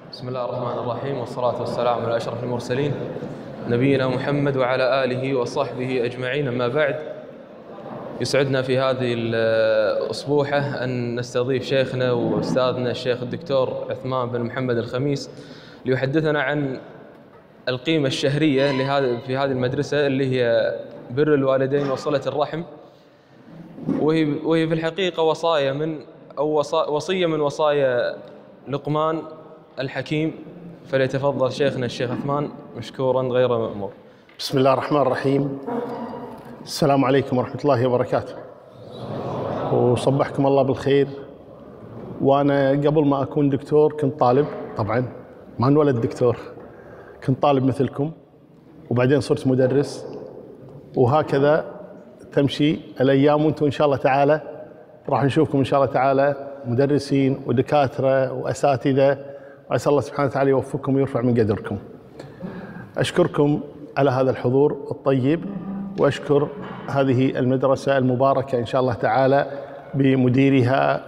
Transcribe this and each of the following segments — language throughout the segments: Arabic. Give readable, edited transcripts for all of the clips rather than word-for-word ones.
بسم الله الرحمن الرحيم، والصلاة والسلام على أشرف المرسلين نبينا محمد وعلى آله وصحبه أجمعين. أما بعد، يسعدنا في هذه الأسبوحة أن نستضيف شيخنا وأستاذنا الشيخ الدكتور عثمان بن محمد الخميس ليحدثنا عن القيمة الشهرية في هذه المدرسة اللي هي بر الوالدين وصلة الرحم، وهي في الحقيقة وصية من وصايا لقمان الحكيم. فليتفضل شيخنا الشيخ عثمان مشكورا غير مأمور. بسم الله الرحمن الرحيم. السلام عليكم ورحمة الله وبركاته، وصبحكم الله بالخير. وأنا قبل ما أكون دكتور كنت طالب، طبعا ما انولد دكتور، كنت طالب مثلكم وبعدين صرت مدرس، وهكذا تمشي الأيام. وأنتم إن شاء الله تعالى راح نشوفكم إن شاء الله تعالى مدرسين ودكاترة وأساتذة، وأسأل الله سبحانه وتعالى يوفقكم ويرفع من قدركم. أشكركم على هذا الحضور الطيب، وأشكر هذه المدرسة المباركة إن شاء الله تعالى بمديرها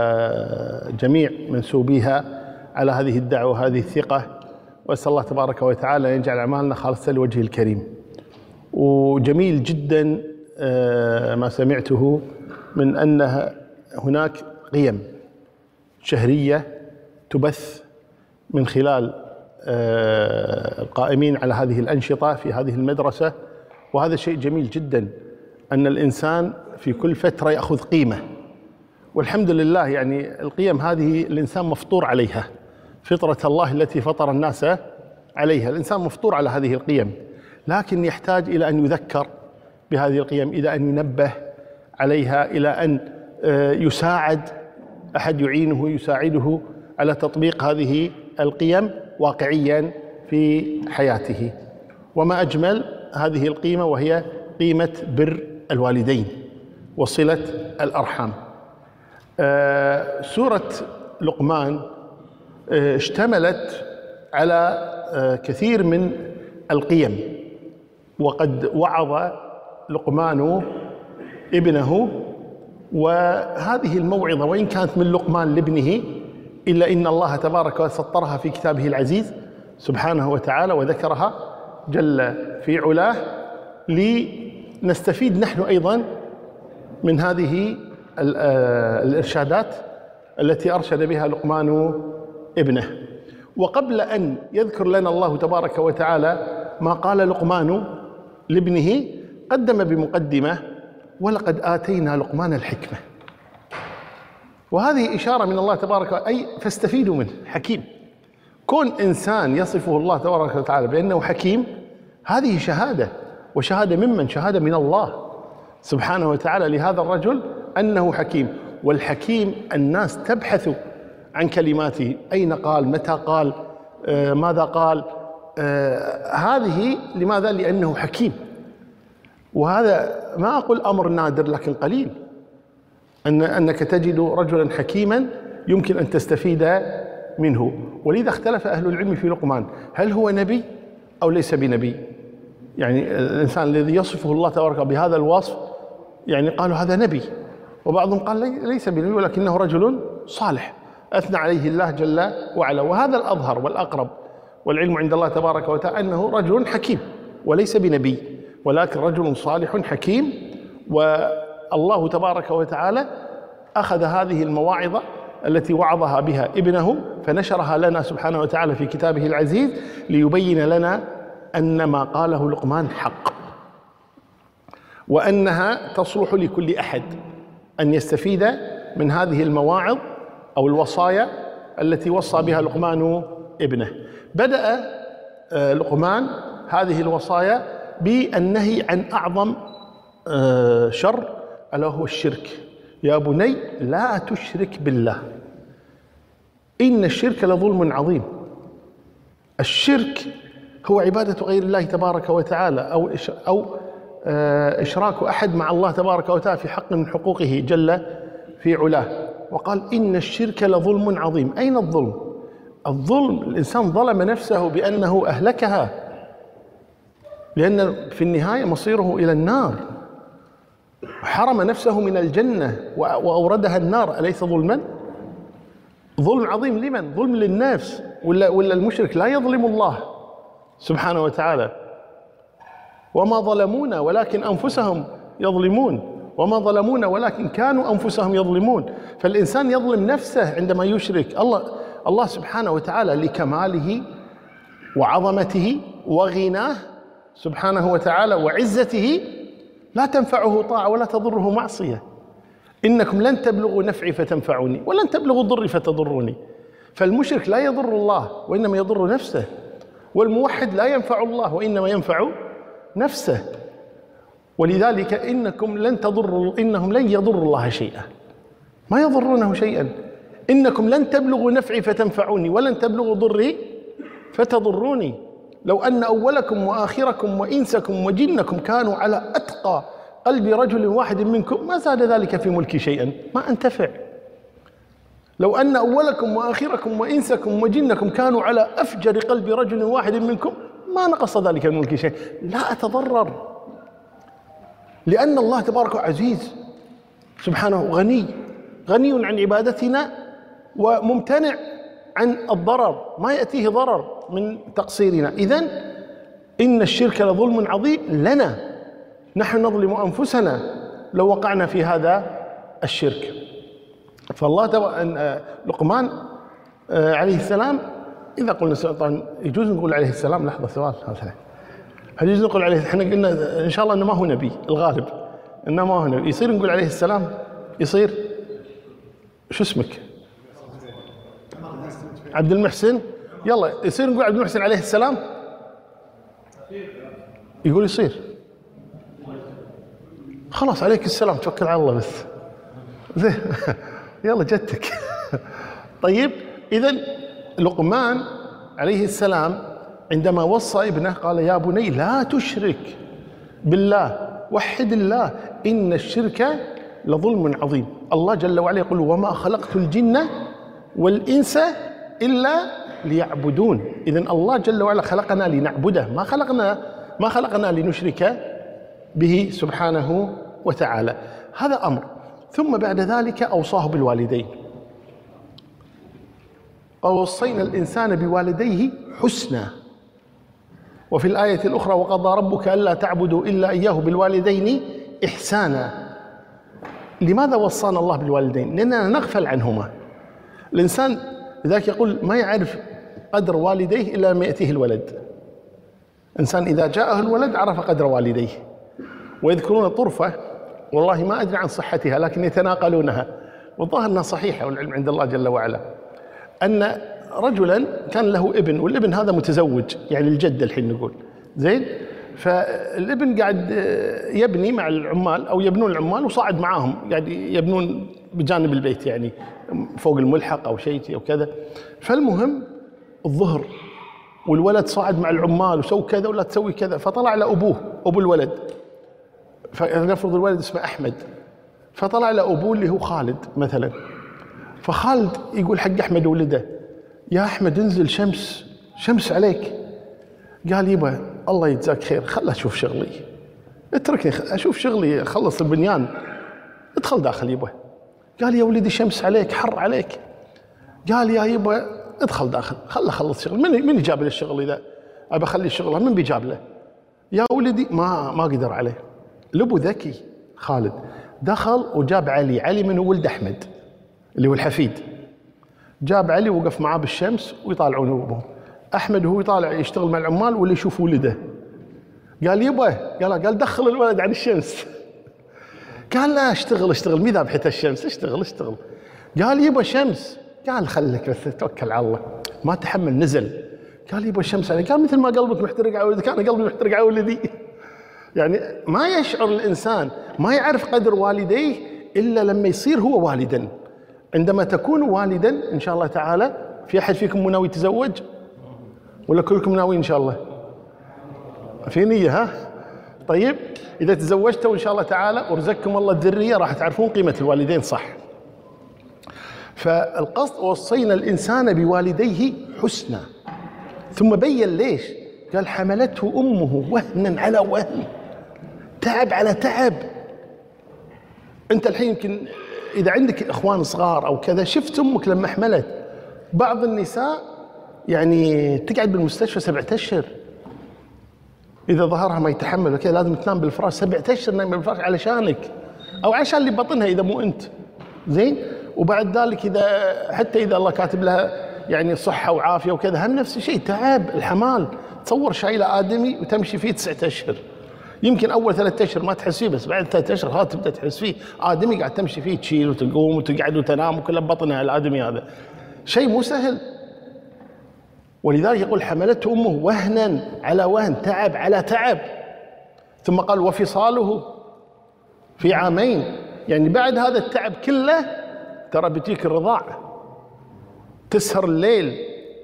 وجميع منسوبيها على هذه الدعوة وهذه الثقة، وأسأل الله تبارك وتعالى أن يجعل أعمالنا خالصة لوجهه الكريم. وجميل جدا ما سمعته من أن هناك قيم شهرية تبث من خلال القائمين على هذه الأنشطة في هذه المدرسة، وهذا شيء جميل جدا أن الإنسان في كل فترة يأخذ قيمة. والحمد لله، يعني القيم هذه الإنسان مفطور عليها، فطرة الله التي فطر الناس عليها. الإنسان مفطور على هذه القيم، لكن يحتاج إلى أن يذكر بهذه القيم، إلى أن ينبه عليها، إلى أن يساعد أحد يعينه يساعده على تطبيق هذه القيم واقعيا في حياته. وما أجمل هذه القيمة، وهي قيمة بر الوالدين وصلة الأرحام. سورة لقمان اشتملت على كثير من القيم، وقد وعظ لقمان ابنه، وهذه الموعظة وإن كانت من لقمان لابنه إلا إن الله تبارك وتعالى سطرها في كتابه العزيز سبحانه وتعالى وذكرها جل في علاه، لنستفيد نحن أيضا من هذه الإرشادات التي أرشد بها لقمان ابنه. وقبل أن يذكر لنا الله تبارك وتعالى ما قال لقمان لابنه، قدم بمقدمة: ولقد آتينا لقمان الحكمة. وهذه إشارة من الله تبارك وتعالى، أي فاستفيدوا منه، حكيم. كون إنسان يصفه الله تبارك وتعالى بأنه حكيم، هذه شهادة، وشهادة ممن؟ شهادة من الله سبحانه وتعالى لهذا الرجل أنه حكيم. والحكيم الناس تبحث عن كلماته، أين قال، متى قال، ماذا قال. هذه لماذا؟ لأنه حكيم. وهذا ما أقول أمر نادر، لكن قليل أنك تجد رجلا حكيما يمكن أن تستفيد منه. ولذا اختلف أهل العلم في لقمان، هل هو نبي أو ليس بنبي؟ يعني الإنسان الذي يصفه الله تبارك بهذا الوصف، يعني قالوا هذا نبي، وبعضهم قال ليس بنبي ولكنه رجل صالح أثنى عليه الله جل وعلا. وهذا الأظهر والأقرب، والعلم عند الله تبارك وتعالى أنه رجل حكيم وليس بنبي، ولكن رجل صالح حكيم. والله تبارك وتعالى أخذ هذه المواعظ التي وعظها بها ابنه فنشرها لنا سبحانه وتعالى في كتابه العزيز، ليبين لنا أن ما قاله لقمان حق، وأنها تصلح لكل أحد أن يستفيد من هذه المواعظ أو الوصايا التي وصى بها لقمان ابنه. بدأ لقمان هذه الوصايا بالنهي عن أعظم شر، ألا هو الشرك. يا بني لا تشرك بالله إن الشرك لظلم عظيم. الشرك هو عبادة غير الله تبارك وتعالى، أو إشراك أحد مع الله تبارك وتعالى في حق من حقوقه جل في علاه. وقال إن الشرك لظلم عظيم. أين الظلم؟ الظلم الإنسان ظلم نفسه بأنه أهلكها، لأن في النهاية مصيره إلى النار، حرم نفسه من الجنة وأوردها النار، أليس ظلما؟ ظلم عظيم. لمن؟ ظلم للنفس. ولا المشرك لا يظلم الله سبحانه وتعالى. وما ظلمونا ولكن أنفسهم يظلمون، وما ظلمونا ولكن كانوا أنفسهم يظلمون. فالإنسان يظلم نفسه عندما يشرك الله سبحانه وتعالى لكماله وعظمته وغناه سبحانه وتعالى وعزته لا تنفعه طاعة ولا تضره معصية. إنكم لن تبلغوا نفعي فتنفعوني ولن تبلغوا ضري فتضروني. فالمشرك لا يضر الله وإنما يضر نفسه، والموحد لا ينفع الله وإنما ينفع نفسه. ولذلك إنهم لن يضروا الله شيئا، ما يضرونه شيئا. إنكم لن تبلغوا نفعي فتنفعوني ولن تبلغوا ضري فتضروني. لو أن أولكم وآخركم وإنسكم وجنكم كانوا على أتقى قلب رجل واحد منكم ما زاد ذلك في ملكي شيئا، ما أنتفع. لو أن أولكم وآخركم وإنسكم وجنكم كانوا على أفجر قلب رجل واحد منكم ما نقص ذلك من ملكي شيئا، لا أتضرر. لأن الله تبارك عزيز سبحانه غني عن عبادتنا وممتنع عن الضرر، ما يأتيه ضرر من تقصيرنا. إذن إن الشرك لظلم عظيم لنا، نحن نظلم أنفسنا لو وقعنا في هذا الشرك. فالله لقمان عليه السلام، إذا قلنا طبعا يجوز نقول عليه السلام، لحظة سؤال هل يجوز نقول عليه؟ احنا قلنا إن شاء الله إنه ما هو نبي، الغالب إنه ما هو نبي، يصير نقول عليه السلام؟ يصير شو اسمك؟ عبد المحسن. يلا يصير نقول عبد المحسن عليه السلام؟ يقول يصير. خلاص عليك السلام، توكل على الله بس. يلا جتك. طيب إذن لقمان عليه السلام عندما وصى ابنه قال يا بني لا تشرك بالله وحد الله إن الشرك لظلم عظيم. الله جل وعلا يقول وما خلقت الجن والإنس إلا ليعبدون. إذن الله جل وعلا خلقنا لنعبده، ما خلقنا لنشرك به سبحانه وتعالى. هذا أمر. ثم بعد ذلك أوصاه بالوالدين، ووصينا الإنسان بوالديه حسنا. وفي الآية الأخرى وقضى ربك ألا تعبدوا إلا إياه بالوالدين إحسانا. لماذا وصانا الله بالوالدين؟ لأننا نغفل عنهما. الإنسان لذلك يقول ما يعرف قدر والديه إلا لما يأتيه الولد. إنسان إذا جاءه الولد عرف قدر والديه. ويذكرون طرفة والله ما أدري عن صحتها لكن يتناقلونها والظاهر أنها صحيحة والعلم عند الله جل وعلا، أن رجلا كان له ابن، والابن هذا متزوج يعني الجد الحين نقول زين. فالابن قاعد يبني مع العمال أو يبنون العمال وصاعد معاهم قاعد يبنون بجانب البيت يعني فوق الملحق أو شيء أو كذا. فالمهم الظهر والولد صاعد مع العمال وسوي كذا ولا تسوي كذا، فطلع لأبوه أبو الولد، فنفرض الولد اسمه أحمد، فطلع لأبوه اللي هو خالد مثلا. فخالد يقول حق أحمد ولده يا أحمد انزل شمس عليك. قال يبا الله يجزاك خير خل أشوف شغلي، اتركني أشوف شغلي خلص البنيان، ادخل داخل يبا. قال يا ولدي شمس عليك حر عليك. قال يا يبا ادخل داخل خل أخلص شغل. من جاب له الشغل إذا أبى أخلي الشغل من بيجاب له؟ يا ولدي ما قدر عليه. الأبو ذكي خالد دخل وجاب علي من ولد أحمد اللي هو الحفيد، جاب علي ووقف معاه بالشمس ويطالعون أبوه. أحمد هو يطالع يشتغل مع العمال واللي يشوف ولده. قال يبا قال دخل الولد عن الشمس. قال لا اشتغل مي ذابحة الشمس اشتغل. قال يبا شمس. قال خليك بس توكل على الله، ما تحمل نزل. قال يبا الشمس عليك. قال مثل ما قلبك محترق على ولدك كان قلبي محترق على ولدي. يعني ما يشعر الإنسان ما يعرف قدر والديه إلا لما يصير هو والدا. عندما تكون والدا إن شاء الله تعالى، في أحد فيكم ناوي يتزوج ولا كلكم ناويين إن شاء الله؟ في نية ها؟ طيب إذا تزوجتوا إن شاء الله تعالى ورزقكم الله الذرية راح تعرفون قيمة الوالدين صح. فالقصد وصينا الإنسان بوالديه حسنا. ثم بين ليش؟ قال حملته أمه وهنا على وهن، تعب على تعب. أنت الحين يمكن إذا عندك إخوان صغار أو كذا شفت أمك لما حملت بعض النساء يعني تقعد بالمستشفى 7 أشهر إذا ظهرها ما يتحمل وكذا، لازم تنام بالفراش 7 أشهر نايم بالفراش علشانك أو عشان اللي بطنها إذا مو أنت، زين. وبعد ذلك إذا حتى إذا الله كاتب لها يعني صحة وعافية وكذا، هم نفس الشيء تعب الحمال. تصور شايلة آدمي وتمشي فيه 9 أشهر، يمكن أول 3 أشهر ما تحس فيه، بس بعد 3 أشهر خلاص تبدأ تحس فيه. آدمي قاعد تمشي فيه، تشيل وتقوم وتقعد وتنام وكله ببطنها الآدمي، هذا شيء مو سهل. ولذلك يقول حملته أمه وهنا على وهن، تعب على تعب. ثم قال وفصاله في 2 عام، يعني بعد هذا التعب كله ترى بتيك الرضاع. تسهر الليل،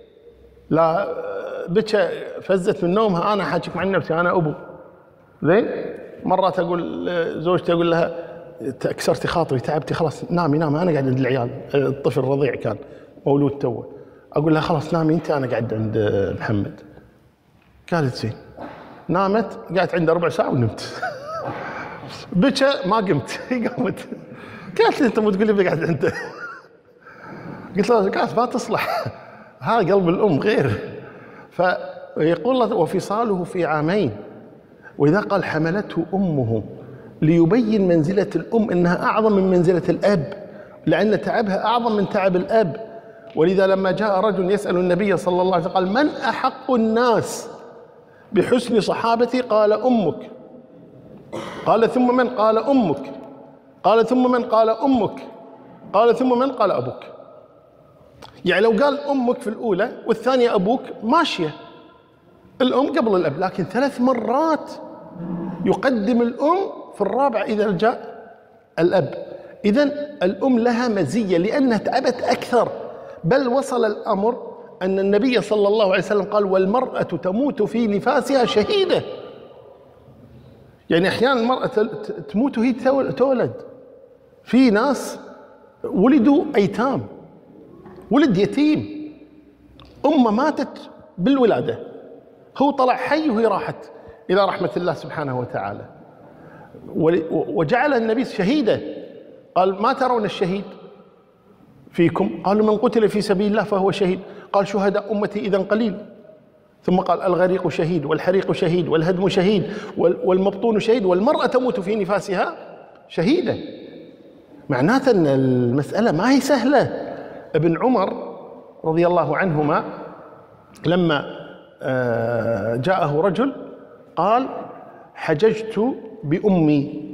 لا بكى فزت من نومها، أنا حاجيك مع نفسي أنا أبو، زين. مرات أقول زوجتي، أقول لها كسرتي خاطري، تعبتي، خلاص نامي نامي، أنا قاعد عند العيال. الطفل رضيع كان مولود توه، أقول لها خلاص نامي أنت، أنا قاعد عند محمد. قالت زين، نامت، قعدت عنده 4 ساعة ونمت. بكى ما قمت، هي قامت. قالت لي أنت مو تقول لي بقعد عنده؟ قلت له قالت ما تصلح، هذا قلب الأم غير. فيقول الله وفصاله في 2 عام. وإذا قال حملته أمه ليبين منزلة الأم أنها أعظم من منزلة الأب، لأن تعبها أعظم من تعب الأب. ولذا لما جاء رجل يسأل النبي صلى الله عليه وسلم قال من أحق الناس بحسن صحابتي؟ قال أمك. قال ثم من؟ قال أمك. قال ثم من؟ قال أمك. قال ثم من؟ قال أبوك. يعني لو قال أمك في الأولى والثانية أبوك ماشية، الأم قبل الأب، لكن 3 مرات يقدم الأم في الرابعة إذا جاء الأب. إذن الأم لها مزية لأنها تعبت أكثر، بل وصل الأمر أن النبي صلى الله عليه وسلم قال والمرأة تموت في نفاسها شهيدة. يعني أحيانا المرأة تموت وهي تولد. في ناس ولدوا أيتام، ولد يتيم، أمه ماتت بالولادة، هو طلع حي وهي راحت إلى رحمة الله سبحانه وتعالى. وجعل النبي شهيدا، قال ما ترون الشهيد فيكم؟ قالوا من قتل في سبيل الله فهو شهيد. قال شهداء أمتي إذن قليل. ثم قال الغريق شهيد والحريق شهيد والهدم شهيد والمبطون شهيد والمرأة تموت في نفاسها شهيدة. معناته أن المسألة ما هي سهلة. ابن عمر رضي الله عنهما لما جاءه رجل قال حججت بأمي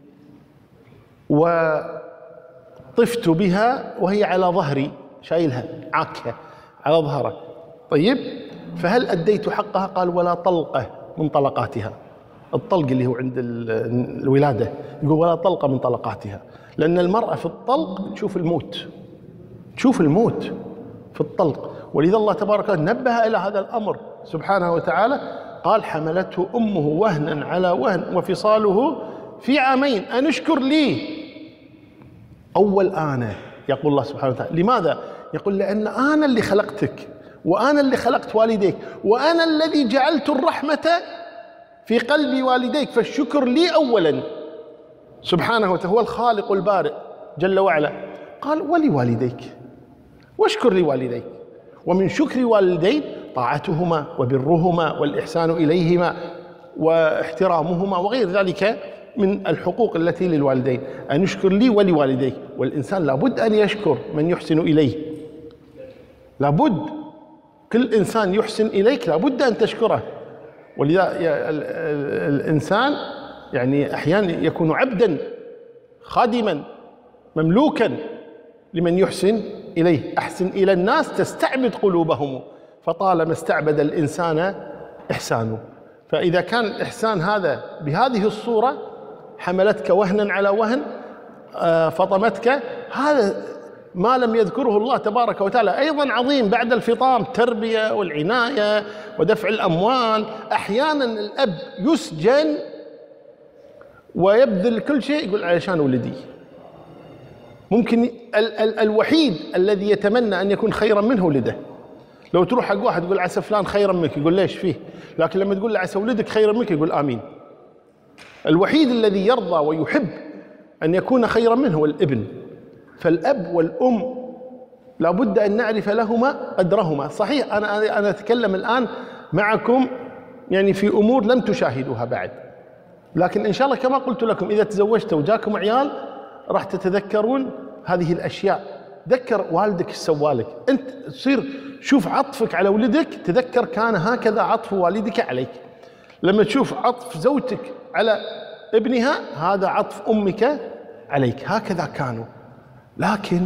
وطفت بها وهي على ظهري، شايلها عاكها على ظهره، طيب فهل أديت حقها؟ قال ولا طلقة من طلقاتها. الطلق اللي هو عند الولادة، يقول ولا طلقة من طلقاتها، لأن المرأة في الطلق تشوف الموت، تشوف الموت في الطلق. ولذا الله تبارك وتعالى نبه إلى هذا الأمر سبحانه وتعالى، قال حملته أمه وهنا على وهن وفصاله في 2 عامين أن اشكر لي. أول أنا يقول الله سبحانه وتعالى، لماذا؟ يقول لأن أنا اللي خلقتك وأنا اللي خلقت والديك وأنا الذي جعلت الرحمة في قلب والديك، فالشكر لي أولا سبحانه وتعالى، هو الخالق البارئ جل وعلا. قال ولوالديك، واشكر لوالديك. ومن شكر والدين طاعتهما وبرهما والإحسان إليهما واحترامهما وغير ذلك من الحقوق التي للوالدين. أن يشكر لي ولوالديه، والإنسان لابد أن يشكر من يحسن إليه، لابد كل إنسان يحسن إليك لابد أن تشكره. ولذا الإنسان يعني أحيانا يكون عبدا خادما مملوكا لمن يحسن إليه. أحسن إلى الناس تستعبد قلوبهم، فطالما استعبد الإنسان إحسانه. فإذا كان الإحسان هذا بهذه الصورة، حملتك وهنا على وهن، فطمتك، هذا ما لم يذكره الله تبارك وتعالى أيضا عظيم بعد الفطام، التربية والعناية ودفع الأموال. أحيانا الأب يسجن ويبذل كل شيء يقول علشان ولدي. ممكن الوحيد الذي يتمنى أن يكون خيرا منه ولده. لو تروح حق واحد تقول عسى فلان خيرا منك يقول ليش فيه، لكن لما تقول له عسى ولدك خيرا منك يقول آمين. الوحيد الذي يرضى ويحب أن يكون خيرا منه هو الابن. فالأب والأم لابد أن نعرف لهما قدرهما. صحيح أنا أتكلم الآن معكم يعني في أمور لم تشاهدوها بعد، لكن إن شاء الله كما قلت لكم إذا تزوجتوا وجاكم عيال راح تتذكرون هذه الأشياء. ذكر والدك ايش سوالك، أنت تصير شوف عطفك على ولدك، تذكر كان هكذا عطف والدك عليك. لما تشوف عطف زوجتك على ابنها هذا عطف أمك عليك، هكذا كانوا. لكن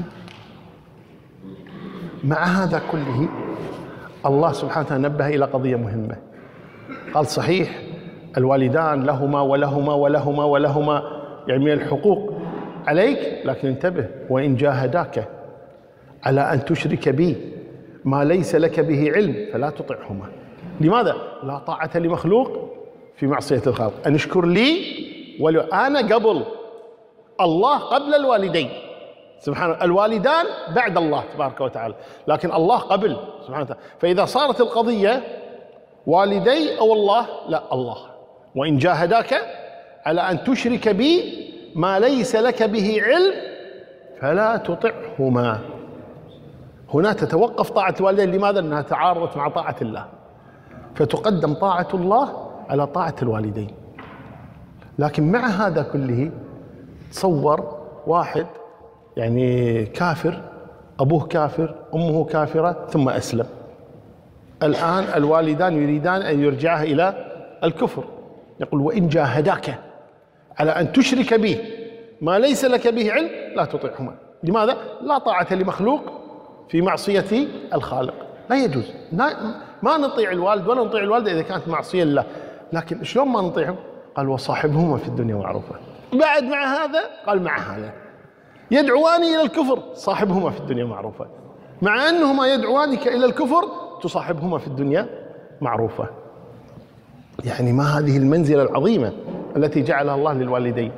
مع هذا كله الله سبحانه وتعالى نبه إلى قضية مهمة. قال صحيح الوالدان لهما ولهما ولهما ولهما يعني من الحقوق عليك، لكن انتبه، وإن جاهداك على أن تشرك بي ما ليس لك به علم فلا تطعهما. لماذا؟ لا طاعة لمخلوق في معصية الخالق. أن اشكر لي أنا قبل الله قبل الوالدين سبحانه، الوالدان بعد الله تبارك وتعالى، لكن الله قبل سبحانه وتعالى. فإذا صارت القضية والدي أو الله، لا الله. وإن جاهداك على أن تشرك بي ما ليس لك به علم فلا تطعهما. هنا تتوقف طاعة الوالدين. لماذا؟ لأنها تعارضت مع طاعة الله، فتقدم طاعة الله على طاعة الوالدين. لكن مع هذا كله تصور واحد يعني كافر، أبوه كافر، أمه كافرة، ثم أسلم. الآن الوالدان يريدان أن يرجعاه إلى الكفر. يقول وإن جاهداك على أن تشرك به ما ليس لك به علم لا تطيعهما. لماذا؟ لا طاعة لمخلوق في معصية الخالق، لا يجوز. ما نطيع الوالد ولا نطيع الوالدة إذا كانت معصية لله. لكن شلون ما نطيعهم؟ قال وصاحبهما في الدنيا معروفة. بعد مع هذا قال مع هذا يدعواني إلى الكفر، صاحبهما في الدنيا معروفة. مع أنهما يدعوانك إلى الكفر تصاحبهما في الدنيا معروفة. يعني ما هذه المنزلة العظيمة التي جعلها الله للوالدين.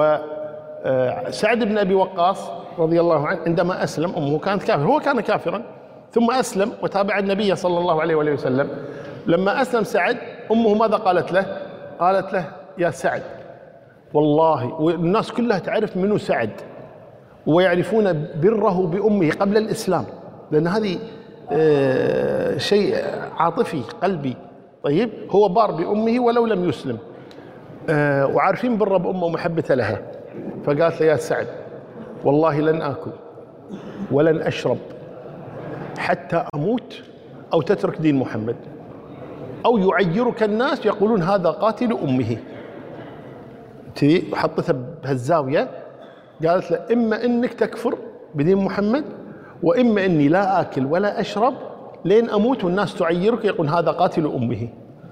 وسعد بن أبي وقاص رضي الله عنه عندما أسلم، أمه كانت كافرة، هو كان كافرا ثم أسلم وتابع النبي صلى الله عليه وآله وسلم. لما أسلم سعد أمه ماذا قالت له؟ قالت له يا سعد والله، والناس كلها تعرف منه سعد ويعرفون بره بأمه قبل الإسلام، لأن هذه شيء عاطفي قلبي. طيب هو بار بأمه ولو لم يسلم، وعارفين بر بأمه ومحبته لها. فقالت له يا سعد والله لن آكل ولن أشرب حتى أموت أو تترك دين محمد، أو يعيرك الناس يقولون هذا قاتل أمه. حطتها بهالزاوية، قالت له إما إنك تكفر بدين محمد، وإما إني لا آكل ولا أشرب لين أموت والناس تعيرك يقول هذا قاتل أمه.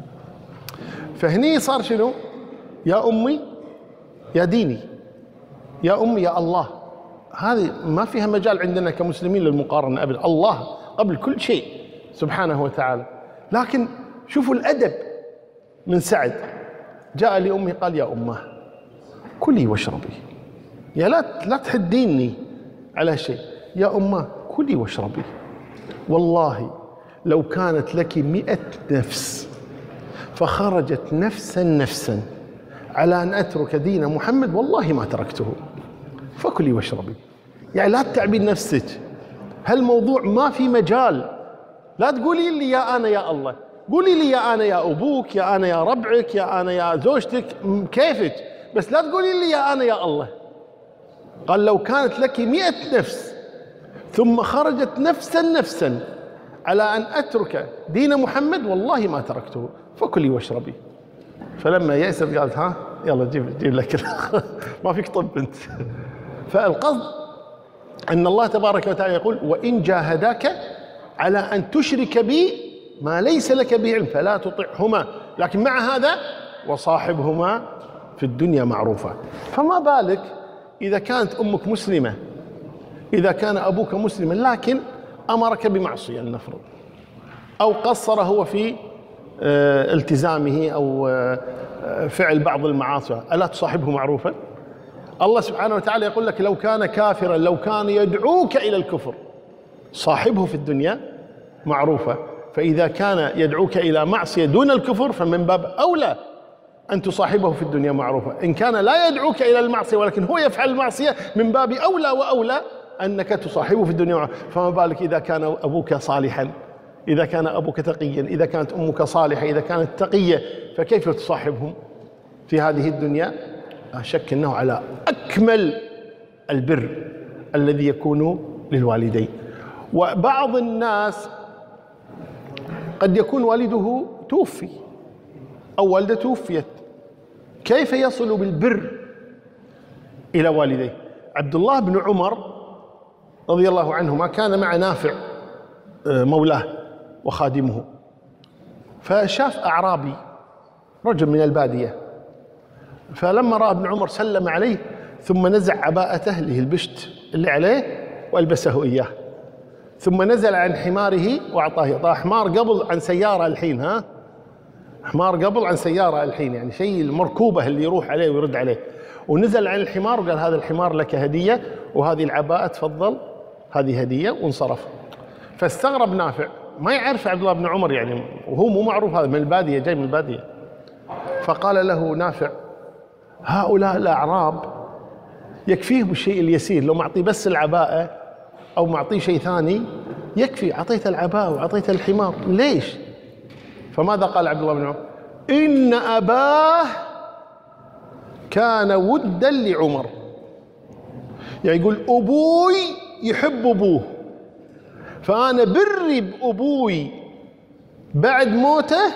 فهني صار شنو؟ يا أمي يا ديني، يا أمي يا الله. هذه ما فيها مجال عندنا كمسلمين للمقارنة أبدا، الله قبل كل شيء سبحانه وتعالى. لكن شوفوا الأدب من سعد، جاء لأمي قال يا أمه كلي واشربي، يا لا تحديني على شيء، يا أمه كلي واشربي، والله لو كانت لك 100 نفس فخرجت نفسا على أن أترك دين محمد والله ما تركته، فكلي واشربي. يعني لا تتعبين نفسك، هالموضوع ما في مجال. لا تقولي لي يا أنا يا الله، قولي لي يا أنا يا أبوك، يا أنا يا ربعك، يا أنا يا زوجتك، كيفك، بس لا تقولي لي يا أنا يا الله. قال لو كانت لك 100 نفس ثم خرجت نفسا على أن أترك دين محمد والله ما تركته، فكلي واشربي. فلما يأست قالت ها يلا جيب لك ما فيك طب انت. فالقصد أن الله تبارك وتعالى يقول وإن جاهداك على أن تشرك بي ما ليس لك به علم فلا تطعهما، لكن مع هذا وصاحبهما في الدنيا معروفة. فما بالك إذا كانت أمك مسلمة، إذا كان أبوك مسلما لكن أمرك بمعصية لنفرض، أو قصر هو في التزامه أو فعل بعض المعاصي، ألا تصاحبه معروفا؟ الله سبحانه وتعالى يقول لك لو كان كافرا، لو كان يدعوك إلى الكفر صاحبه في الدنيا معروفة. فإذا كان يدعوك إلى معصية دون الكفر فمن باب أولى أن تصاحبه في الدنيا معروفة. إن كان لا يدعوك إلى المعصية ولكن هو يفعل المعصية من باب أولى وأولى أنك تصاحبه في الدنيا، فما بالك إذا كان أبوك صالحا، إذا كان أبوك تقيا، إذا كانت أمك صالحة، إذا كانت تقية، فكيف تصاحبهم في هذه الدنيا؟ لا شك أنه على أكمل البر الذي يكون للوالدين. وبعض الناس قد يكون والده توفي أو والدته توفيت، كيف يصل بالبر إلى والديه؟ عبد الله بن عمر رضي الله عنهما كان مع نافع مولاه وخادمه، فشاف أعرابي رجل من البادية، فلما رأى ابن عمر سلم عليه ثم نزع عباءته اللي هي البشت اللي عليه وألبسه إياه، ثم نزل عن حماره وأعطاه حمار قبل عن سيارة الحين، حمار قبل عن سيارة الحين، يعني شيء المركوبة اللي يروح عليه ويرد عليه، ونزل عن الحمار وقال هذا الحمار لك هدية وهذه العباءة تفضل هذه هدية، وانصرف. فاستغرب نافع، ما يعرف عبد الله بن عمر يعني، وهو مو معروف، هذا من البادية جاي من البادية. فقال له نافع هؤلاء الأعراب يكفيه بالشيء اليسير، لو معطيه بس العباءة أو معطيه شيء ثاني يكفي، أعطيته العباءة وأعطيته الحمار ليش؟ فماذا قال عبد الله بن عمر؟ إن أباه كان ودا لعمر، يعني يقول أبوي يحب أبوه، فأنا بري بأبوي بعد موته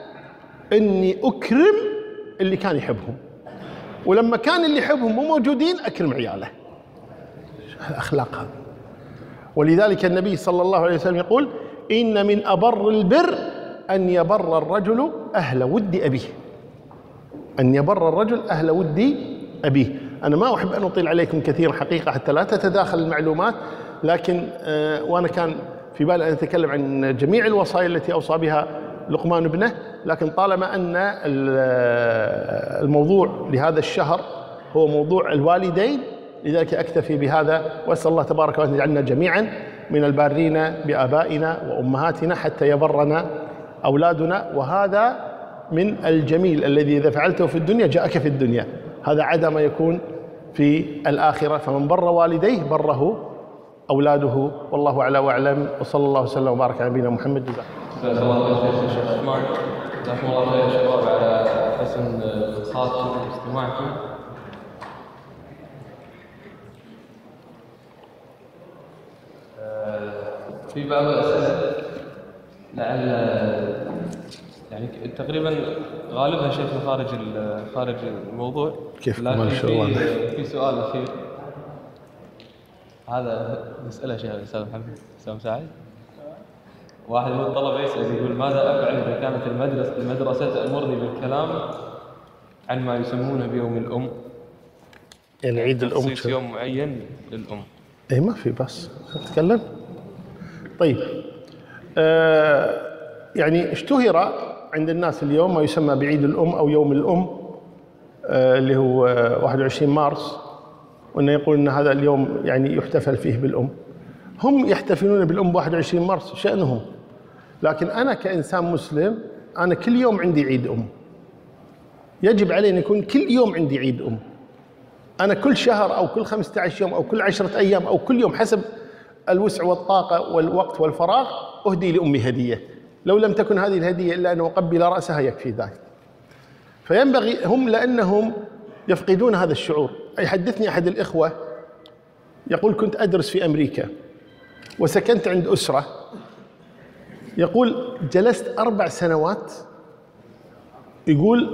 إني أكرم اللي كان يحبهم، ولما كان اللي يحبهم مو موجودين أكرم عياله. الأخلاق هذا. ولذلك النبي صلى الله عليه وسلم يقول إن من أبر البر أن يبر الرجل أهل ود أبيه، أن يبر الرجل أهل ود أبيه. أنا ما أحب أن أطيل عليكم كثيرا حقيقة حتى لا تتداخل المعلومات، لكن وأنا كان في بالي أن أتكلم عن جميع الوصايا التي أوصى بها لقمان ابنه، لكن طالما أن الموضوع لهذا الشهر هو موضوع الوالدين، لذلك أكتفي بهذا، وأسأل الله تبارك وتعالى أن يجعلنا جميعا من البارين بآبائنا وأمهاتنا حتى يبرنا أولادنا. وهذا من الجميل الذي إذا فعلته في الدنيا جاءك في الدنيا، هذا عدا ما يكون في الآخرة، فمن بر والديه بره أولاده. والله أعلى وأعلم، وصلى الله وسلم وبارك على نبينا محمد. جزاك الله خير شيخ عثمان، جزاكم الله خير يا شباب على حسن انصاتكم واستماعكم. في بعض الأسئلة لعل يعني تقريبا غالبها شيء خارج الموضوع، كيف لكن شاء الله. في سؤال أخير، هذا نسأله شيخ الأستاذ محمد حسام سعيد. واحد من الطلبة يسأل يقول ماذا أفعل إذا كانت المدرسة تأمرني بالكلام عن ما يسمونه بيوم الأم، يعني عيد الأم، تخصيص يوم معين للأم. إيه ما في بس تتكلم. طيب يعني اشتهر عند الناس اليوم ما يسمى بعيد الأم أو يوم الأم، اللي هو 21 مارس، وأنه يقول أن هذا اليوم يعني يحتفل فيه بالأم. هم يحتفلون بالأم 21 مارس شأنهم، لكن أنا كإنسان مسلم أنا كل يوم عندي عيد أم، يجب علي أن يكون كل يوم عندي عيد أم. أنا كل شهر أو كل 15 يوم أو كل 10 أيام أو كل يوم حسب الوسع والطاقة والوقت والفراغ أهدي لأمي هدية، لو لم تكن هذه الهدية إلا أن أقبل رأسها يكفي ذلك. فينبغي هم، لأنهم يفقدون هذا الشعور. يحدثني أحد الإخوة يقول كنت أدرس في أمريكا وسكنت عند أسرة، يقول جلست 4 سنوات، يقول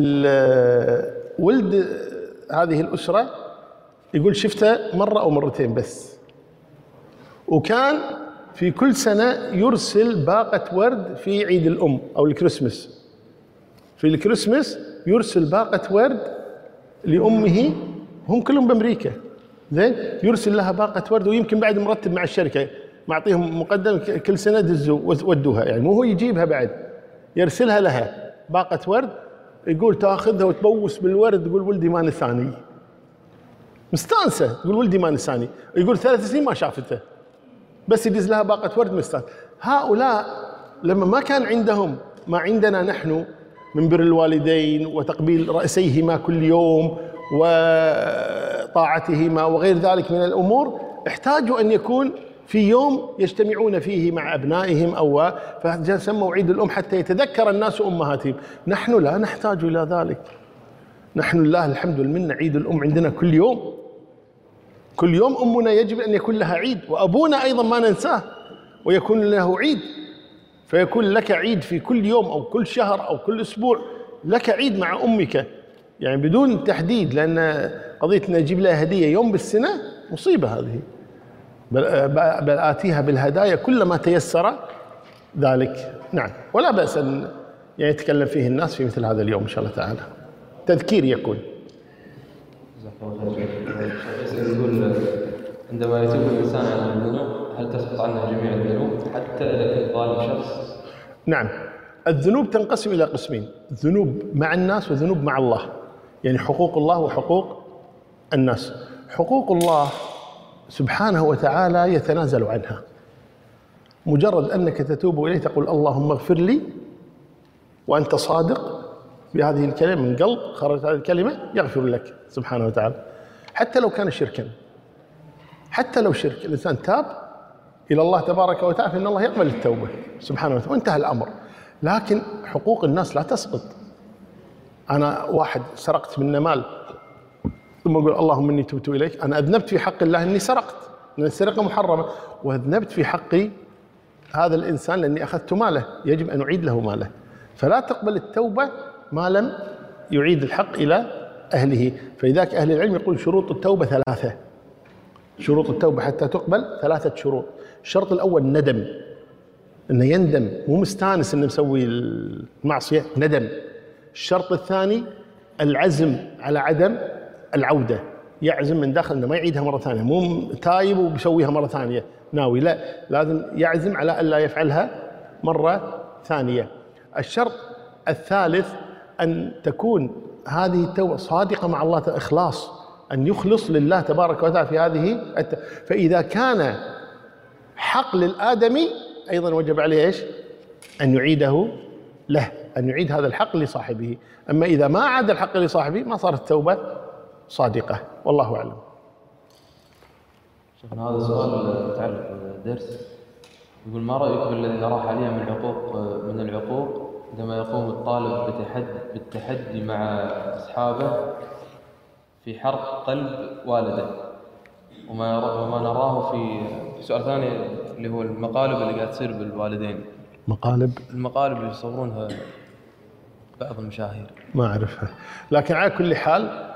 ولد هذه الأسرة يقول شفته مرة أو مرتين بس، وكان في كل سنة يرسل باقة ورد في عيد الأم أو الكريسماس، في الكريسماس يرسل باقة ورد لأمه، هم كلهم بأمريكا، زين، يرسل لها باقة ورد، ويمكن بعد مرتب مع الشركة معطيهم مقدم كل سنة دزوا ودوها، يعني مو هو يجيبها بعد، يرسلها لها باقة ورد، يقول تاخذها وتبوس بالورد، تقول ولدي ما نساني، مستانسة، تقول ولدي ما نساني، يقول 3 سنين ما شافته، بس يدز لها باقة ورد مستانس. هؤلاء لما ما كان عندهم ما عندنا نحن من بر الوالدين وتقبيل رأسيهما كل يوم وطاعتهما وغير ذلك من الأمور، احتاجوا أن يكون في يوم يجتمعون فيه مع أبنائهم أو فسموا عيد الأم حتى يتذكر الناس أمهاتهم. نحن لا نحتاج إلى ذلك. نحن لله الحمد والمنة عيد الأم عندنا كل يوم. كل يوم أمنا يجب أن يكون لها عيد، وأبونا أيضا ما ننساه ويكون له عيد. فيكون لك عيد في كل يوم أو كل شهر أو كل أسبوع، لك عيد مع أمك يعني بدون تحديد، لأن قضية أن نجيب لها هدية يوم بالسنة مصيبة هذه. بل آتيها بالهدايا كلما تيسر ذلك. نعم، ولا بأس أن يعني يتكلم فيه الناس في مثل هذا اليوم إن شاء الله تعالى، تذكير يكون. يقول عندما يتوب الإنسان عن الذنوب هل تسقط عنه جميع الذنوب حتى إذا كنت ظالم شخص؟ نعم، الذنوب تنقسم إلى قسمين: ذنوب مع الناس وذنوب مع الله، يعني حقوق الله وحقوق الناس. حقوق الله سبحانه وتعالى يتنازل عنها، مجرد أنك تتوب إليه تقول اللهم اغفر لي وأنت صادق بهذه الكلمة من قلب، خرجت هذه الكلمة يغفر لك سبحانه وتعالى، حتى لو كان شركا. حتى لو شرك الإنسان تاب إلى الله تبارك وتعالى فإن الله يقبل التوبة سبحانه وتعالى وانتهى الأمر. لكن حقوق الناس لا تسقط. أنا واحد سرقت منه مال ثم أقول اللهم إني تبت إليك، أنا أذنبت في حق الله إني سرقت، لأن السرقة محرمة، وأذنبت في حق هذا الإنسان لأني أخذت ماله، يجب أن أعيد له ماله. فلا تقبل التوبة ما لم يعيد الحق إلى أهله. فلذلك أهل العلم يقول شروط التوبة ثلاثة. شروط التوبة حتى تقبل ثلاثة شروط. الشرط الأول الندم، أنه يندم، مو مستانس أنه مسوي المعصية، ندم. الشرط الثاني العزم على عدم العودة، يعزم من داخل أنه ما يعيدها مرة ثانية، مو تايب وبيسويها مرة ثانية ناوي، لا، لازم يعزم على ألا يفعلها مرة ثانية. الشرط الثالث أن تكون هذه التوبة صادقة مع الله، إخلاص، أن يخلص لله تبارك وتعالى في هذه فإذا كان حق للآدمي أيضا وجب عليه إيش؟ أن يعيده له، أن يعيد هذا الحق لصاحبه. أما إذا ما عاد الحق لصاحبه ما صارت التوبة صادقة، والله أعلم. شيخنا هذا سؤال متعلق بالدرس، يقول ما رأيك بالذي نراه حاليا من العقوق عندما يقوم الطالب بالتحدي مع أصحابه في حرق قلب والده، وما نراه في سؤال ثاني اللي هو المقالب اللي قاعد تصير بالوالدين. المقالب اللي يصورونها بعض المشاهير ما أعرفها، لكن على كل حال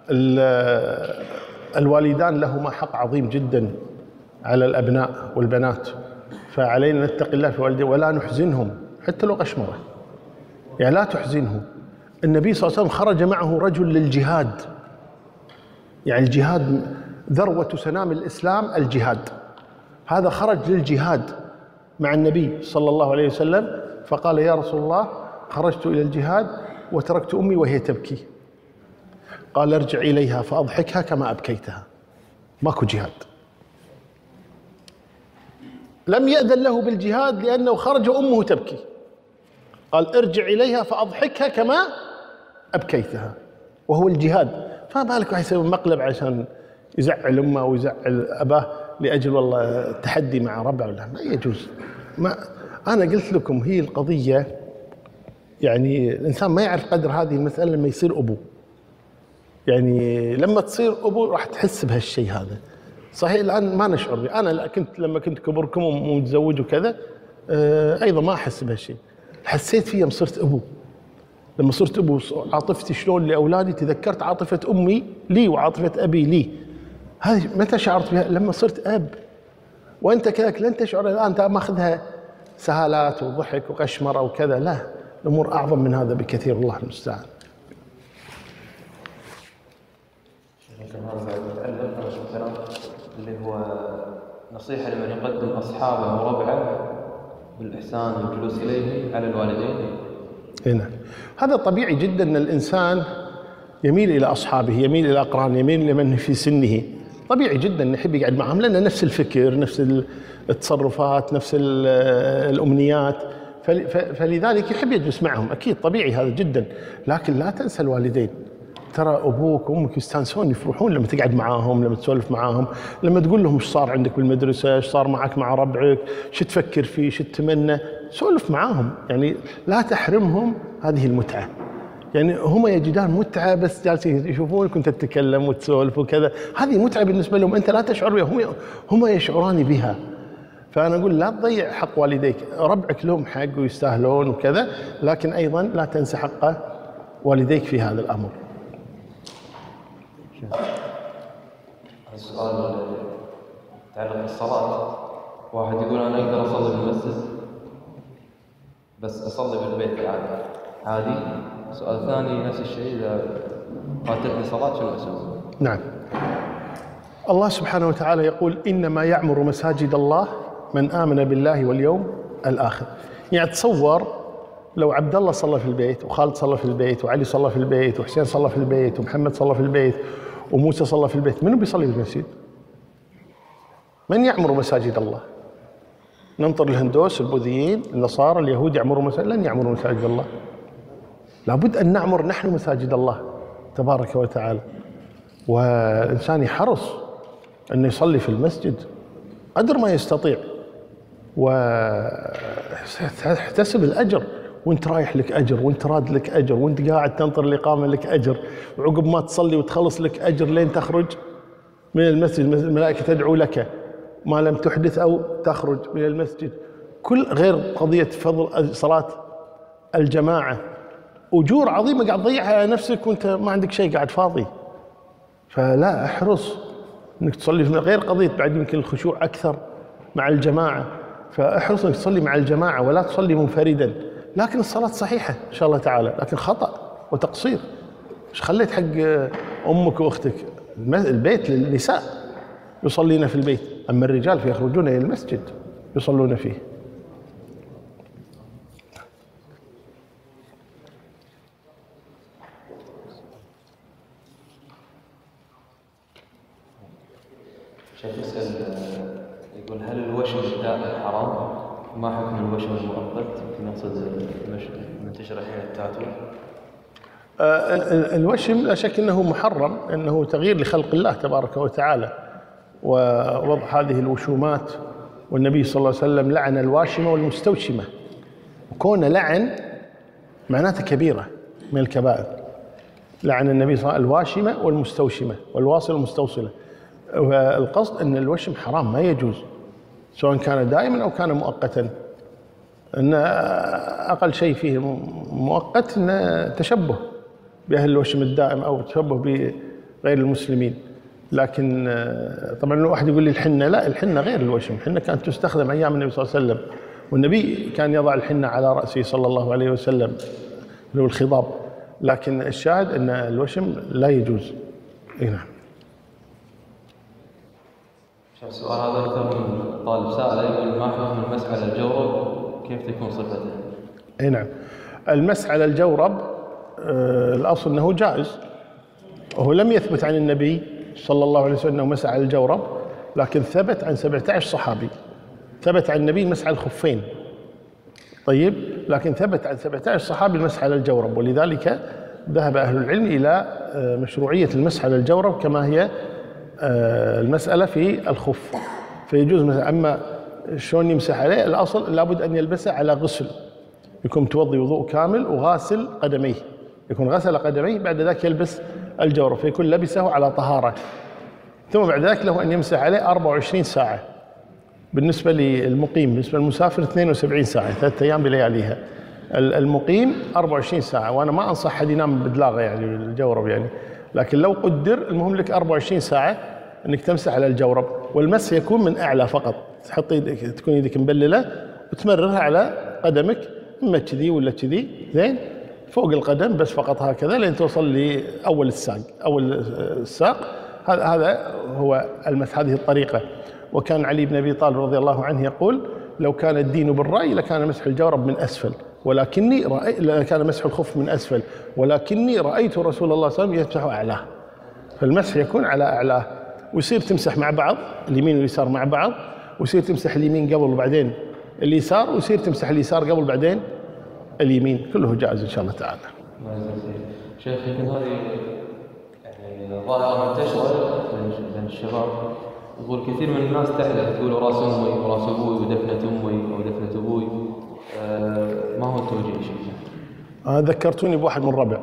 الوالدان لهما حق عظيم جدا على الأبناء والبنات، فعلينا نتقي الله في والديه ولا نحزنهم حتى لو قشمرة، يعني لا تحزنهم. النبي صلى الله عليه وسلم خرج معه رجل للجهاد، يعني الجهاد ذروة سنام الإسلام، الجهاد، هذا خرج للجهاد مع النبي صلى الله عليه وسلم، فقال يا رسول الله خرجت إلى الجهاد وتركت أمي وهي تبكي، قال ارجع إليها فأضحكها كما أبكيتها. ماكو جهاد، لم يأذن له بالجهاد لأنه خرج وأمه تبكي، قال ارجع إليها فأضحكها كما أبكيتها، وهو الجهاد. فما بالك واحد يسوي مقلب عشان يزعل أمه ويزعل أباه لأجل والله التحدي مع ربعه، ولا ما يجوز. أنا قلت لكم هي القضية، يعني الإنسان ما يعرف قدر هذه المسألة لما يصير أبو، يعني لما تصير أبو راح تحس بهالشيء هذا. صحيح الآن ما نشعر به، أنا لما كنت كبركم ومتزوج وكذا أيضا ما أحس بهالشيء، حسيت فيه لما صرت أبو. لما صرت أبو عاطفتي شلون لأولادي، تذكرت عاطفة أمي لي وعاطفة أبي لي، هذه متى شعرت بها؟ لما صرت أب. وأنت كذلك لن تشعر الآن، أنت ماخذها سهالات وضحك وقشمرة وكذا، لا، الأمور أعظم من هذا بكثير، الله المستعان. اللي هو نصيحة لمن يقدم أصحابه وربعه بالإحسان والجلوس إليه على الوالدين. هنا هذا طبيعي جدا أن الإنسان يميل إلى أصحابه، يميل إلى أقرانه، يميل لمن في سنه، طبيعي جدا أن يحب يقعد معهم، لأن نفس الفكر، نفس التصرفات، نفس الأمنيات، فلذلك يحب يجلس معهم، أكيد طبيعي هذا جدا. لكن لا تنسى الوالدين، ترى ابوك وامك يستانسون يفرحون لما تقعد معاهم، لما تسولف معاهم، لما تقول لهم ايش صار عندك بالمدرسه، ايش صار معك مع ربعك، شو تفكر فيه، شو تتمنى، سولف معاهم. يعني لا تحرمهم هذه المتعه. يعني هم يجدان متعه بس جالسين يشوفونك وانت تتكلم وتسولف وكذا، هذه متعه بالنسبه لهم انت لا تشعر بها، هم يشعران بها. فانا اقول لا تضيع حق والديك، ربعك لهم حق ويستاهلون وكذا، لكن ايضا لا تنسى حق والديك في هذا الامر. السؤال يتعلق بالصلاة. واحد يقول أنا أقدر أصلي بالمسجد بس أصلي بالبيت عادي. سؤال ثاني نفس الشيء، إذا فاتتني صلاة شو أسوي؟ نعم. الله سبحانه وتعالى يقول إنما يعمر مساجد الله من آمن بالله واليوم الآخر. يعني تصور لو عبد الله صلى في البيت، وخالد صلى في البيت، وعلي صلى في البيت، وحسين صلى في البيت، ومحمد صلى في البيت، وموسى صلى في البيت، منو بيصلي في المسجد؟ من يعمر مساجد الله؟ ننطر الهندوس، البوذيين، النصارى، اليهود يعمروا مساجد؟ لن يعمروا مساجد الله. لابد أن نعمر نحن مساجد الله تبارك وتعالى. والإنسان يحرص أن يصلي في المسجد قدر ما يستطيع، ويحتسب الأجر، وانت رايح لك أجر، وانت راد لك أجر، وانت قاعد تنطر الإقامة لك أجر، وعقب ما تصلي وتخلص لك أجر لين تخرج من المسجد. الملائكة تدعو لك ما لم تحدث أو تخرج من المسجد. كل غير قضية فضل صلاة الجماعة، أجور عظيمة قاعد تضيعها على نفسك وانت ما عندك شيء، قاعد فاضي. فلا، احرص انك تصلي، غير قضية بعد يمكن الخشوع أكثر مع الجماعة، فاحرص انك تصلي مع الجماعة ولا تصلي منفردا. لكن الصلاة صحيحة إن شاء الله تعالى، لكن خطأ وتقصير. مش خليت حق أمك وأختك البيت للنساء يصلين في البيت، أما الرجال فيخرجون إلى المسجد يصلون فيه. شيخ يسأل يقول هل الوشم الدائم حرام؟ ما حكم الوشم المؤقت؟ يمكن يقصد منتشر الحين التاتو. الوشم لا شك أنه محرم، أنه تغيير لخلق الله تبارك وتعالى، ووضع هذه الوشومات. والنبي صلى الله عليه وسلم لعن الواشمة والمستوشمة، وكون لعن معناته كبيرة من الكبائر. لعن النبي صلى الله عليه وسلم الواشمة والمستوشمة والواصل والمستوصلة. والقصد أن الوشم حرام، ما يجوز، سواء كان دائما أو كان مؤقتا. أن أقل شيء فيه مؤقت أن تشبه بأهل الوشم الدائم أو تشبه بغير المسلمين. لكن طبعا الواحد يقول لي الحنة، لا، الحنة غير الوشم. الحنة كانت تستخدم أيام النبي صلى الله عليه وسلم، والنبي كان يضع الحنة على رأسه صلى الله عليه وسلم، اللي هو الخضاب. لكن الشاهد أن الوشم لا يجوز. نعم. السؤال هذا أكثر من طالب سائل يقول ما حكم المسح على الجورب، كيف تكون صفته؟ اي نعم. المسح على الجورب الأصل أنه جائز، وهو لم يثبت عن النبي صلى الله عليه وسلم أنه مسح على الجورب، لكن ثبت عن 17 صحابي. ثبت عن النبي مسح على الخفين، طيب، لكن ثبت عن 17 صحابي المسح على الجورب. ولذلك ذهب أهل العلم إلى مشروعية المسح على الجورب كما هي المسألة في الخف، فيجوز مثلا. أما شلون يمسح عليه، الأصل لابد أن يلبسه على غسل، يكون متوضي وضوء كامل وغاسل قدميه، يكون غسل قدميه، بعد ذلك يلبس الجورب، فيكون لبسه على طهارة. ثم بعد ذلك له أن يمسح عليه 24 ساعة بالنسبة للمقيم. بالنسبة للمسافر 72 ساعة، 3 أيام بلياليها. المقيم 24 ساعة، وأنا ما أنصح حد ينام بدلاغة يعني الجورب يعني، لكن لو قدر المهم لك 24 ساعة أنك تمسح على الجورب. والمسح يكون من أعلى فقط، تحط يدك، تكون يدك مبللة وتمررها على قدمك، إما كذي ولا كذي، زين، فوق القدم بس فقط هكذا لين توصل لأول الساق، أول الساق. هذا هو المسح، هذه الطريقة. وكان علي بن أبي طالب رضي الله عنه يقول لو كان الدين بالرأي لكان مسح الجورب من أسفل، ولكني كان مسح الخف من أسفل، ولكني رأيت رسول الله صلى الله عليه وسلم يمسح أعلاه. فالمسح يكون على أعلاه، ويصير تمسح مع بعض اليمين واليسار مع بعض، ويصير تمسح اليمين قبل وبعدين اليسار، ويصير تمسح اليسار قبل وبعدين اليمين. كله جائز إن شاء الله تعالى. شيخ يمكن هذه ظاهرة منتشرة بين الشباب، يقول كثير من الناس تحلف تقول راس أمي وراس أبوي ودفنة أمي أو دفنة أبوي. ما هو التوجيه شيخنا؟ ذكرتوني بواحد من الربع.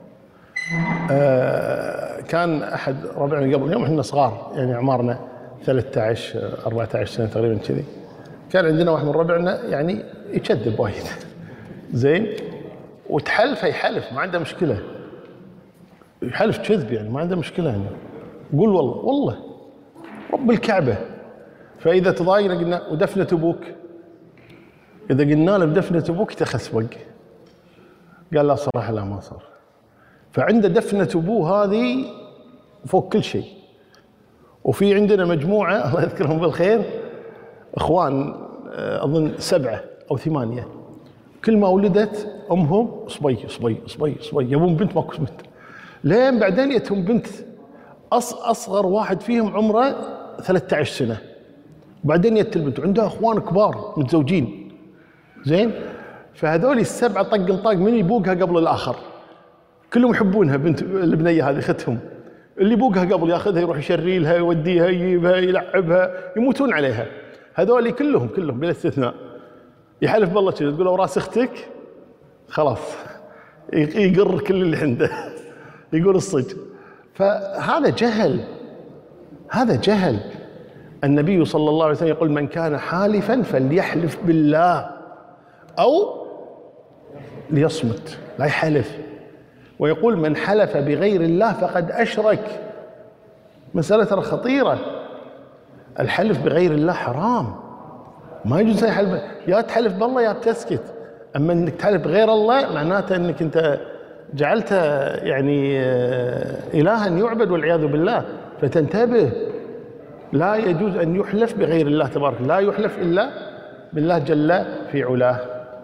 كان أحد ربعنا قبل يوم احنا صغار، يعني أعمارنا 13 14 سنة تقريبا كذي. كان عندنا واحد من ربعنا يعني يكذب وايد زين، وتحلف يحلف ما عنده مشكلة، يحلف كذب يعني ما عنده مشكلة يعني. قول والله رب الكعبة. فإذا تضايقنا قلنا ودفنة أبوك، إذا قلنا له بدفنة أبوك تخسبق، قال لا صراحة لا ما صار. فعنده دفنة أبوه هذه فوق كل شيء. وفي عندنا مجموعة الله يذكرهم بالخير إخوان، أظن 7 أو 8، كل ما ولدت أمهم صبي صبي صبي صبي يبون بنت ماكو بنت، لين بعدين يتهم بنت. أصغر واحد فيهم عمره 13 سنة، وبعدين يت البنت. عندها إخوان كبار متزوجين زين. فهذول ال7 طق نطاق من يبوقها قبل الآخر، كلهم يحبونها بنت البنية هذه اختهم. اللي يبوقها قبل ياخذها يروح يشري لها يوديها يجيبها يلعبها، يموتون عليها. هذول كلهم بلا استثناء. يحلف بالله كذا، تقول له راس اختك خلاص يقر كل اللي عنده يقول الصدق. فهذا جهل، هذا جهل. النبي صلى الله عليه وسلم يقول من كان حالفا فليحلف بالله أو ليصمت لا يحلف. ويقول من حلف بغير الله فقد أشرك. مسألة ترى خطيرة، الحلف بغير الله حرام، ما يجوز أي حلف. يا تحلف بالله يا بتسكت. أما أنك تحلف بغير الله معناته أنك أنت جعلته يعني إلها يعبد والعياذ بالله. فتنتبه، لا يجوز أن يحلف بغير الله تبارك، لا يحلف إلا بالله جل في علاه.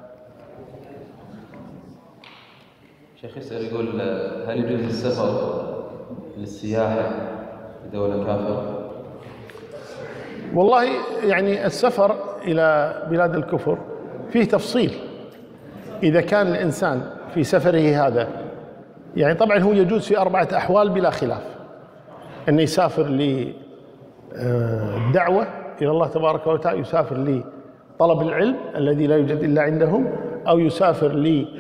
شيخ يسأل يقول هل يجوز السفر للسياحة لدولة كافرة؟ والله يعني السفر إلى بلاد الكفر فيه تفصيل. إذا كان الإنسان في سفره هذا يعني طبعا هو يجوز في 4 أحوال بلا خلاف، أن يسافر للدعوة إلى الله تبارك وتعالى، يسافر لطلب العلم الذي لا يوجد إلا عندهم، أو يسافر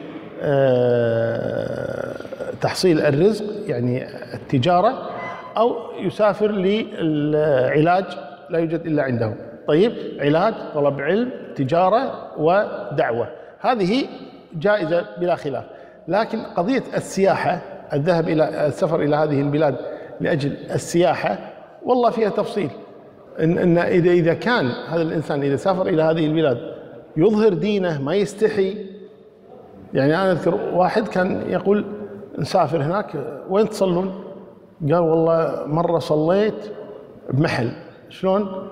لتحصيل الرزق يعني التجارة، أو يسافر للعلاج لا يوجد إلا عندهم. طيب علاج، طلب علم، تجارة ودعوة، هذه جائزة بلا خلاف. لكن قضية السياحة، الذهاب إلى السفر إلى هذه البلاد لأجل السياحة، والله فيها تفصيل. إن إذا كان هذا الإنسان إذا سافر إلى هذه البلاد يظهر دينه ما يستحي. يعني أنا أذكر واحد كان يقول نسافر هناك وين تصلون؟ قال والله مرة صليت بمحل. شلون؟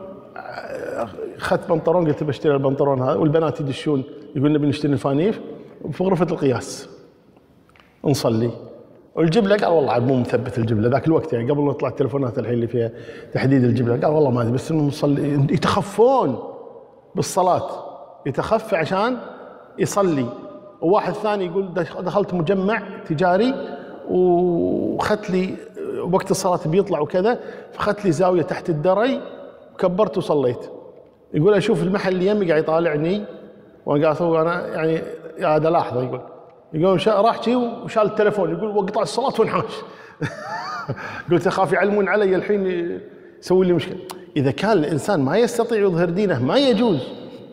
أخذت بنطلون، قلت بشتري البنطلون هذا، والبنات يدشون يقول نبي نشتري الفانيف في غرفة القياس نصلي، والجبلة قال والله عاد مو مثبت الجبلة ذاك الوقت، يعني قبل ما يطلع التلفونات الحين اللي فيها تحديد الجبلة، قال والله ما أدري بس نصلي. يتخفون بالصلاة، يتخفى عشان يصلي. وواحد ثاني يقول دخلت مجمع تجاري وخذت لي وقت الصلاة بيطلع وكذا، فخذت لي زاوية تحت الدري وكبرت وصليت. يقول أشوف المحل اللي يمي قاعد يطالعني، وأنا قاعد أسوي أنا يعني قاعد ألاحظه. يقول راح شي وشال التليفون، يقول وقطع الصلاة وانحاش. قلت أخاف يعلمون علي الحين يسوي لي مشكلة. إذا كان الإنسان ما يستطيع يظهر دينه ما يجوز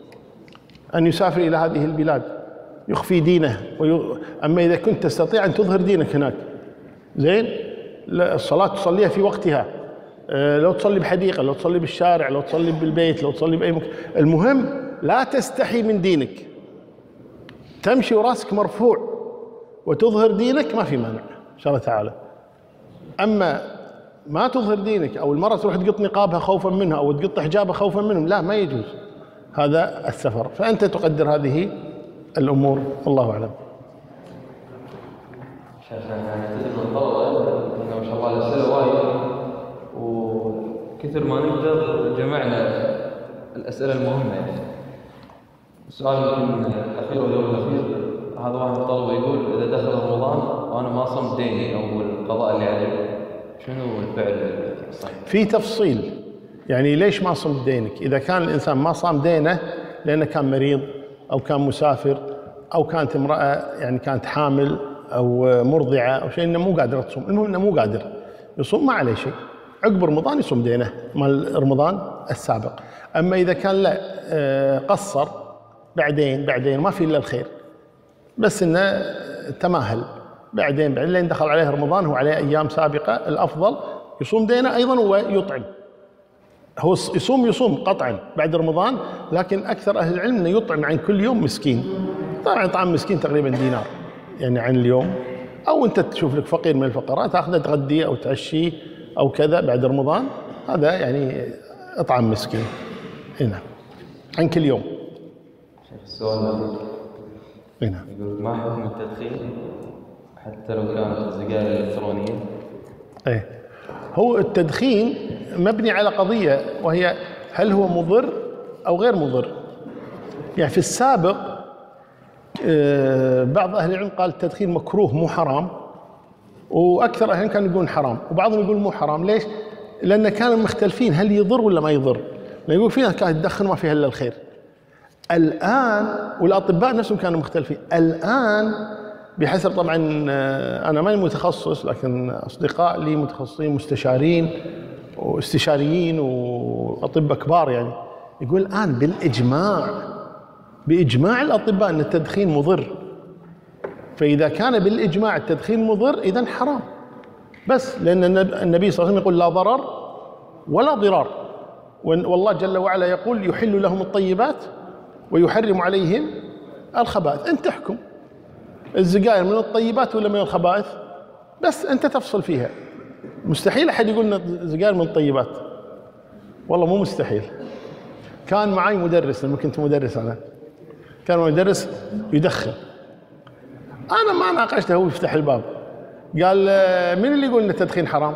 أن يسافر إلى هذه البلاد يخفي دينه. أما إذا كنت تستطيع أن تظهر دينك هناك زين، الصلاة تصليها في وقتها، لو تصلي بحديقة، لو تصلي بالشارع، لو تصلي بالبيت، لو تصلي بأي مكان، المهم لا تستحي من دينك، تمشي وراسك مرفوع وتظهر دينك ما في مانع إن شاء الله تعالى. أما ما تظهر دينك، أو المرأة تروح تقط نقابها خوفا منها أو تقط حجابها خوفا منهم، لا ما يجوز هذا السفر. فأنت تقدر هذه الأمور، والله أعلم. شيخنا كثير من الطلبة ما شاء الله الأسئلة وايد، وكثر ما نقدر جمعنا الأسئلة المهمة. يعني السؤال يمكن الأخير واليوم الأخير، هذا واحد من الطلبة يقول إذا دخل رمضان وأنا ما صمت ديني أو القضاء اللي علي شنو الفعل الصحيح؟ في تفصيل، يعني ليش ما صمت دينك؟ إذا كان الإنسان ما صام دينه لأنه كان مريض أو كان مسافر أو كانت امرأة يعني كانت حامل أو مرضعة أو شيء، إنه مو قادر تصوم، المهم إنه مو قادر يصوم ما عليه شيء، عقب رمضان يصوم دينه مال رمضان السابق. أما إذا كان لا قصر بعدين ما في إلا الخير، بس إنه تماهل بعدين لين دخل عليه رمضان، هو عليه أيام سابقة، الأفضل يصوم دينه أيضا ويطعم. هو يصوم قطعا بعد رمضان، لكن أكثر أهل العلم أنه يطعم عن كل يوم مسكين. طبعا طعام مسكين تقريبا دينار يعني عن اليوم، أو أنت تشوف لك فقير من الفقراء تأخذه تغديه أو تعشيه أو كذا بعد رمضان، هذا يعني اطعم مسكين هنا عن كل يوم. السؤال هنا يقول ما حكم التدخين حتى لو كانت السجائر الإلكترونية؟ ايه، هو التدخين مبني على قضية، وهي هل هو مضر أو غير مضر؟ يعني في السابق بعض أهل العلم قال التدخين مكروه مو حرام، وأكثر أهل العلم كانوا يقولون حرام، وبعضهم يقول مو حرام. ليش؟ لأن كانوا مختلفين هل يضر ولا ما يضر. يقول في ناس كانت تدخن ما فيها إلا الخير. الآن والأطباء نفسهم كانوا مختلفين. الآن بحسب طبعا أنا ماني متخصص، لكن أصدقاء لي متخصصين مستشارين واستشاريين وأطباء كبار يعني يقول الآن بإجماع الأطباء أن التدخين مضر. فإذا كان بالإجماع التدخين مضر إذن حرام، بس لأن النبي صلى الله عليه وسلم يقول لا ضرر ولا ضرار، والله جل وعلا يقول يحل لهم الطيبات ويحرم عليهم الخبائث. أنت تحكم السجائر من الطيبات ولا من الخبائث، بس أنت تفصل فيها. مستحيل أحد يقول إن السجائر من الطيبات، والله مو مستحيل. كان معي مدرس لما كنت مدرس، أنا كان مدرس يدخن، أنا ما ناقشته، هو يفتح الباب قال من اللي يقول إن التدخين حرام؟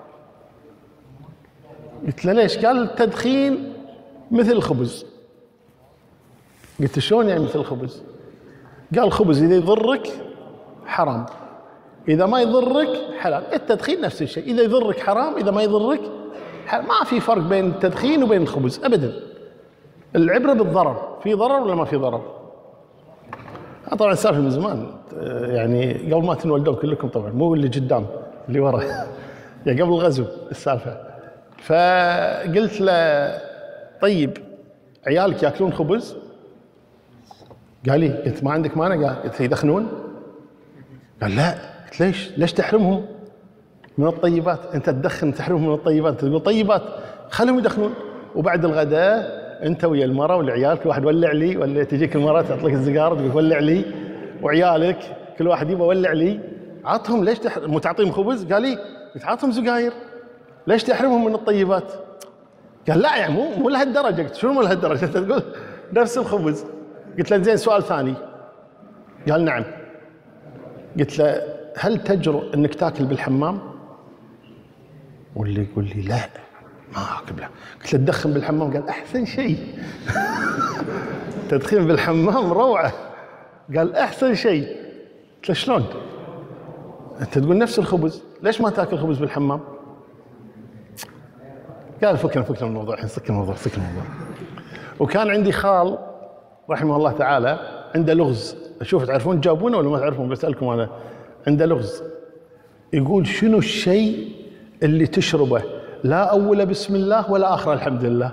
قلت له ليش؟ قال التدخين مثل الخبز. قلت شلون يعني مثل الخبز؟ قال الخبز إذا يضرك حرام، إذا ما يضرك حلال. التدخين نفس الشيء، إذا يضرك حرام، إذا ما يضرك حلال. ما في فرق بين التدخين وبين الخبز أبدا. العبرة بالضرر، في ضرر ولا ما في ضرر؟ طبعا السالفة من زمان، يعني قبل ما تنولدون كلكم طبعا، مو اللي قدام اللي ورا يعني قبل الغزو السالفة. فقلت له طيب عيالك ياكلون خبز؟ قال لي، قلت ما عندك مانع؟ قلت يدخنون؟ قال لا. قلت ليش تحرمهم من الطيبات؟ انت تدخن تحرمهم من الطيبات، تقول طيبات خلهم يدخنون، وبعد الغداء انت ويا المراه والعيال كل واحد ولع لي، ولا تجيك المراه تعطيك السيجاره تقول ولع لي، وعيالك كل واحد يبغى ولع لي، عطهم. ليش مو تعطيهم خبز؟ قال لي تعطهم سجاير، ليش تحرمهم من الطيبات؟ قال لا يعني مو لهالدرجه. قلت شنو مو لهالدرجه؟ انت تقول نفس الخبز. قلت له زين سؤال ثاني. قال نعم. قلت له هل تجرؤ انك تاكل بالحمام؟ واللي يقول لي لا ما اكل بالحمام. قلت له تدخن بالحمام؟ قال احسن شيء تدخين بالحمام روعه. قال احسن شيء. قلت له شلون؟ انت تقول نفس الخبز، ليش ما تاكل خبز بالحمام؟ قال فكنا من الموضوع الحين، سكر الموضوع. وكان عندي خال رحمه الله تعالى عنده لغز، اشوف تعرفون تجاوبونه ولا ما تعرفون؟ بسألكم انا. عنده لغز يقول شنو الشيء اللي تشربه لا اول بسم الله ولا اخر الحمد لله؟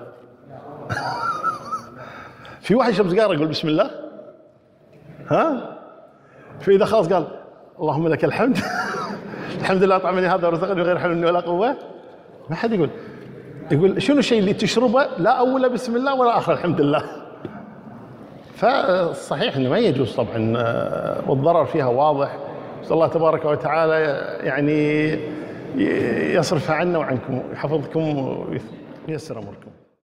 في واحد يشرب سيجاره يقول بسم الله؟ ها؟ فاذا خلاص قال اللهم لك الحمد الحمد لله اطعمني هذا ورزقني غير حول مني ولا قوه. ما حد يقول شنو الشيء اللي تشربه لا اول بسم الله ولا اخر الحمد لله؟ فالصحيح انه ما يجوز طبعا، والضرر فيها واضح. نسال الله تبارك وتعالى يعني يصرف عنا وعنكم، يحفظكم وييسر اموركم.